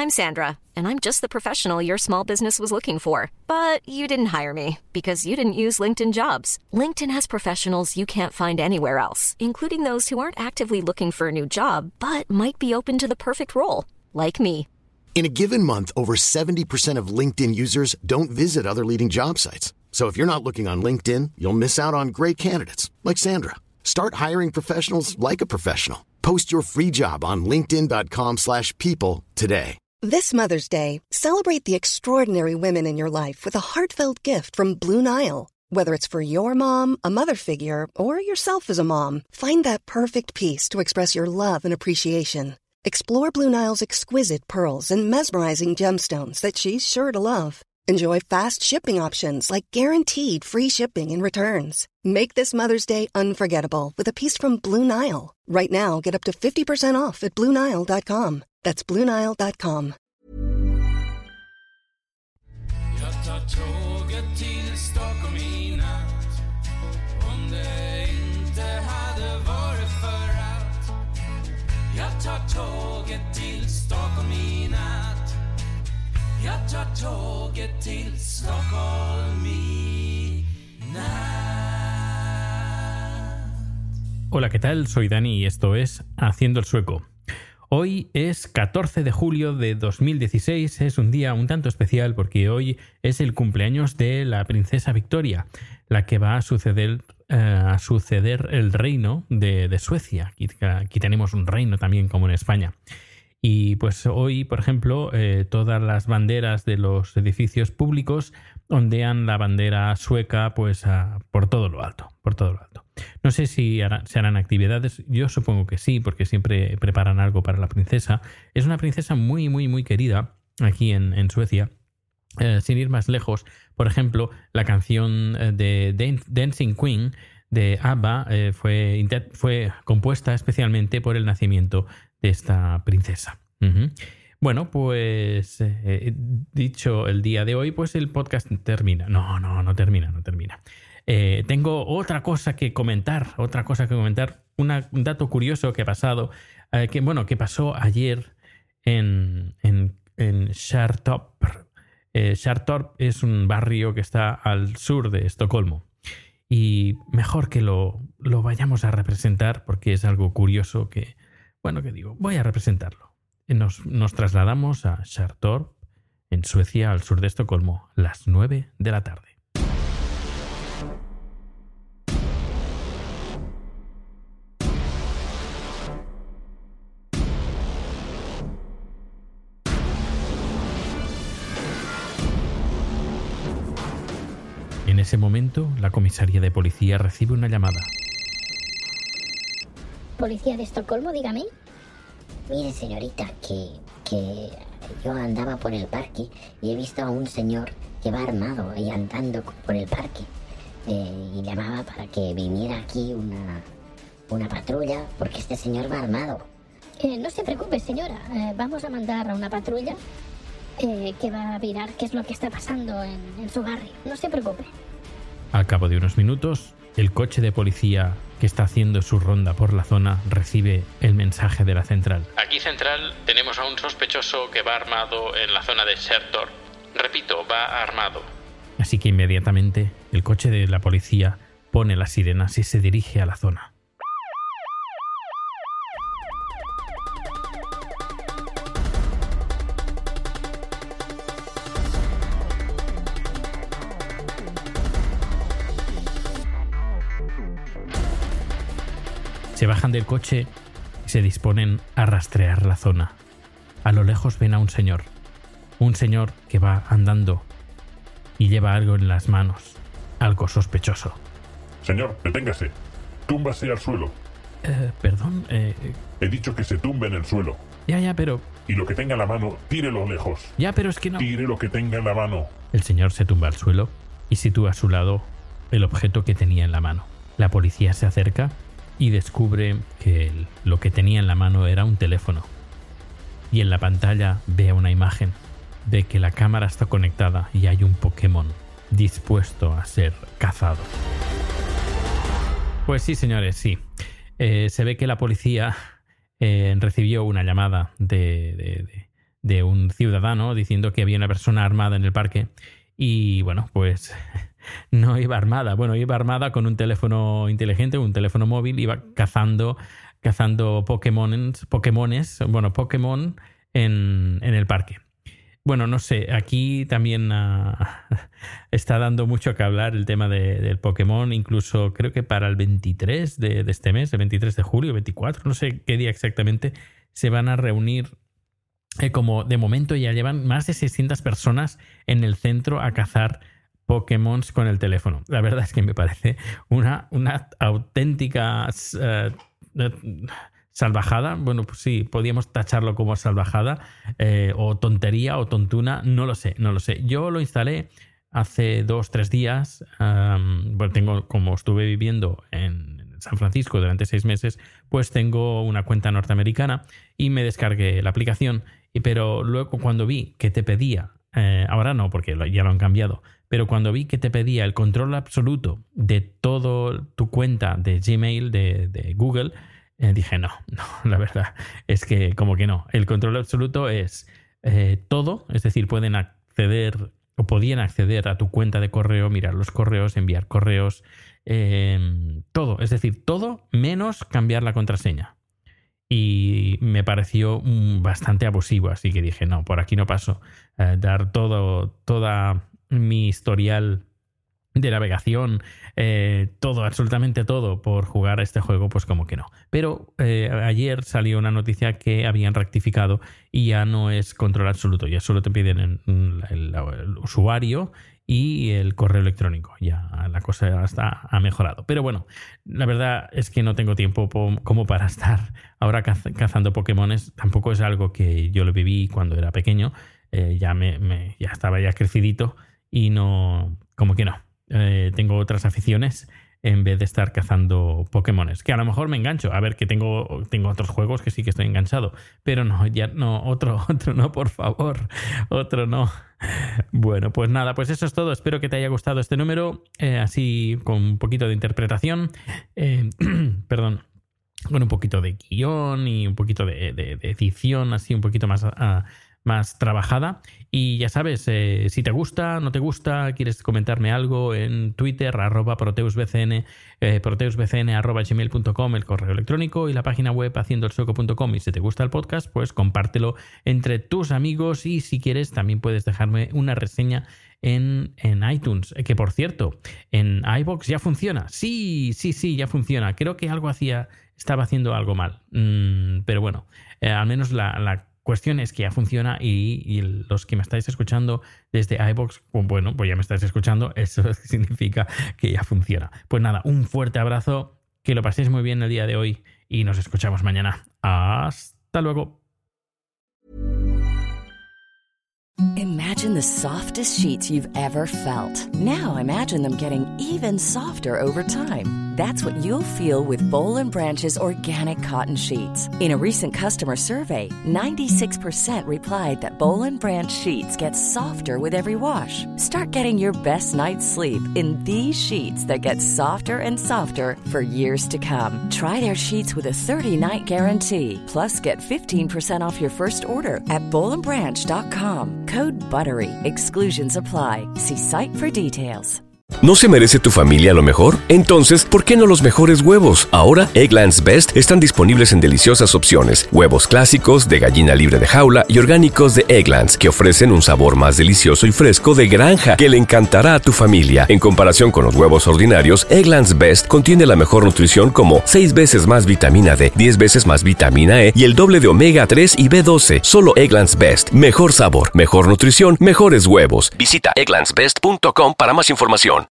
I'm Sandra, and I'm just the professional your small business was looking for. But you didn't hire me because you didn't use LinkedIn Jobs. LinkedIn has professionals you can't find anywhere else, including those who aren't actively looking for a new job, but might be open to the perfect role, like me. In a given month, over 70% of LinkedIn users don't visit other leading job sites. So if you're not looking on LinkedIn, you'll miss out on great candidates like Sandra. Start hiring professionals like a professional. Post your free job on linkedin.com/people today. This Mother's Day, celebrate the extraordinary women in your life with a heartfelt gift from Blue Nile. Whether it's for your mom, a mother figure, or yourself as a mom, find that perfect piece to express your love and appreciation. Explore Blue Nile's exquisite pearls and mesmerizing gemstones that she's sure to love. Enjoy fast shipping options like guaranteed free shipping and returns. Make this Mother's Day unforgettable with a piece from Blue Nile. Right now, get up to 50% off at BlueNile.com. That's BlueNile.com. Jag tar tåget till Stockholm i natt. Om det inte hade varit för att jag tar tåget till Stockholm i natt. Jag tar tåget till Stockholm i natt. Hola, ¿qué tal? Soy Dani y esto es Haciendo el Sueco. Hoy es 14 de julio de 2016, es un día un tanto especial porque hoy es el cumpleaños de la princesa Victoria, la que va a suceder el reino de Suecia. Aquí tenemos un reino también como en España. Y pues hoy, por ejemplo, todas las banderas de los edificios públicos ondean la bandera sueca pues por todo lo alto, por todo lo alto. No sé si se harán actividades, yo supongo que sí, porque siempre preparan algo para la princesa. Es una princesa muy, muy, muy querida aquí en Suecia. Sin ir más lejos, por ejemplo, la canción de Dancing Queen de ABBA fue compuesta especialmente por el nacimiento de esta princesa. Bueno, pues dicho el día de hoy, pues el podcast termina. No termina. Tengo otra cosa que comentar. Un dato curioso que ha pasado, que pasó ayer en Shartorp. Shartorp es un barrio que está al sur de Estocolmo. Y mejor que lo vayamos a representar porque es algo curioso que digo, voy a representarlo. Nos trasladamos a Shartorp, en Suecia, al sur de Estocolmo, a las 9 de la tarde. En ese momento, la comisaría de policía recibe una llamada. ¿Policía de Estocolmo, dígame? Mire, señorita, que yo andaba por el parque y he visto a un señor que va armado y andando por el parque. Y llamaba para que viniera aquí una patrulla porque este señor va armado. No se preocupe, señora. Vamos a mandar a una patrulla que va a mirar qué es lo que está pasando en su barrio. No se preocupe. Al cabo de unos minutos, el coche de policía que está haciendo su ronda por la zona recibe el mensaje de la central. Aquí central, tenemos a un sospechoso que va armado en la zona de Shartorp. Repito, va armado. Así que inmediatamente el coche de la policía pone las sirenas y se dirige a la zona. Se bajan del coche y se disponen a rastrear la zona. A lo lejos ven a un señor que va andando y lleva algo en las manos, algo sospechoso. Señor, deténgase. Túmbase al suelo. Perdón. He dicho que se tumbe en el suelo. Ya, pero... Y lo que tenga en la mano, tírelo lejos. Ya, pero es que no... Tire lo que tenga en la mano. El señor se tumba al suelo y sitúa a su lado el objeto que tenía en la mano. La policía se acerca y descubre que lo que tenía en la mano era un teléfono. Y en la pantalla ve una imagen de que la cámara está conectada y hay un Pokémon dispuesto a ser cazado. Pues sí, señores, sí. Se ve que la policía recibió una llamada de de un ciudadano diciendo que había una persona armada en el parque y bueno, pues no iba armada. Bueno, iba armada con un teléfono inteligente, un teléfono móvil, iba cazando Pokémon en el parque. Bueno, no sé, aquí también está dando mucho que hablar el tema del Pokémon, incluso creo que para el 23 de este mes, el 23 de julio, 24, no sé qué día exactamente, se van a reunir, como de momento ya llevan más de 600 personas en el centro a cazar Pokémon con el teléfono. La verdad es que me parece una auténtica salvajada. Bueno, pues sí, podríamos tacharlo como salvajada o tontería o tontuna, no lo sé. Yo lo instalé hace 2-3 días. Bueno, como estuve viviendo en San Francisco durante 6 meses, pues tengo una cuenta norteamericana y me descargué la aplicación. Pero luego cuando vi que te pedía, ahora no, porque ya lo han cambiado, pero cuando vi que te pedía el control absoluto de toda tu cuenta de Gmail, de Google, dije no, la verdad es que como que no. El control absoluto es todo, es decir, podían acceder a tu cuenta de correo, mirar los correos, enviar correos, todo, es decir, todo menos cambiar la contraseña. Y me pareció bastante abusivo, así que dije no, por aquí no paso. Dar toda mi historial de navegación, absolutamente todo por jugar a este juego, pues como que no. Pero ayer salió una noticia que habían rectificado y ya no es control absoluto, ya solo te piden el usuario y el correo electrónico. Ya la cosa ha mejorado. Pero bueno, la verdad es que no tengo tiempo como para estar ahora cazando Pokémones. Tampoco es algo que yo lo viví cuando era pequeño. Ya estaba ya crecidito y no, como que no. Tengo otras aficiones en vez de estar cazando Pokémones, que a lo mejor me engancho. A ver, que tengo otros juegos que sí que estoy enganchado, pero no, ya no, otro no, por favor, otro no. Bueno, pues nada, pues eso es todo. Espero que te haya gustado este número, así con un poquito de interpretación, perdón, con un poquito de guión y un poquito de edición, así un poquito más trabajada. Y ya sabes, si te gusta, no te gusta, quieres comentarme algo en Twitter, @proteusbcn, proteusbcn@gmail.com, el correo electrónico, y la página web haciendoelsueco.com. Y si te gusta el podcast, pues compártelo entre tus amigos, y si quieres también puedes dejarme una reseña en iTunes, que por cierto, en iVoox ya funciona. Sí, ya funciona. Creo que estaba haciendo algo mal, pero bueno, al menos la cuestión es que ya funciona, y los que me estáis escuchando desde iVoox, bueno, pues ya me estáis escuchando, eso significa que ya funciona. Pues nada, un fuerte abrazo, que lo paséis muy bien el día de hoy y nos escuchamos mañana. Hasta luego. Imagine the softest sheets you've ever felt. Now imagine them getting even softer over time. That's what you'll feel with Boll & Branch's organic cotton sheets. In a recent customer survey, 96% replied that Boll & Branch sheets get softer with every wash. Start getting your best night's sleep in these sheets that get softer and softer for years to come. Try their sheets with a 30-night guarantee. Plus, get 15% off your first order at bollandbranch.com. Code BUTTERY. Exclusions apply. See site for details. ¿No se merece tu familia lo mejor? Entonces, ¿por qué no los mejores huevos? Ahora, Eggland's Best están disponibles en deliciosas opciones. Huevos clásicos, de gallina libre de jaula y orgánicos de Eggland's, que ofrecen un sabor más delicioso y fresco de granja que le encantará a tu familia. En comparación con los huevos ordinarios, Eggland's Best contiene la mejor nutrición, como 6 veces más vitamina D, 10 veces más vitamina E y el doble de omega 3 y B12. Solo Eggland's Best. Mejor sabor, mejor nutrición, mejores huevos. Visita egglandsbest.com para más información.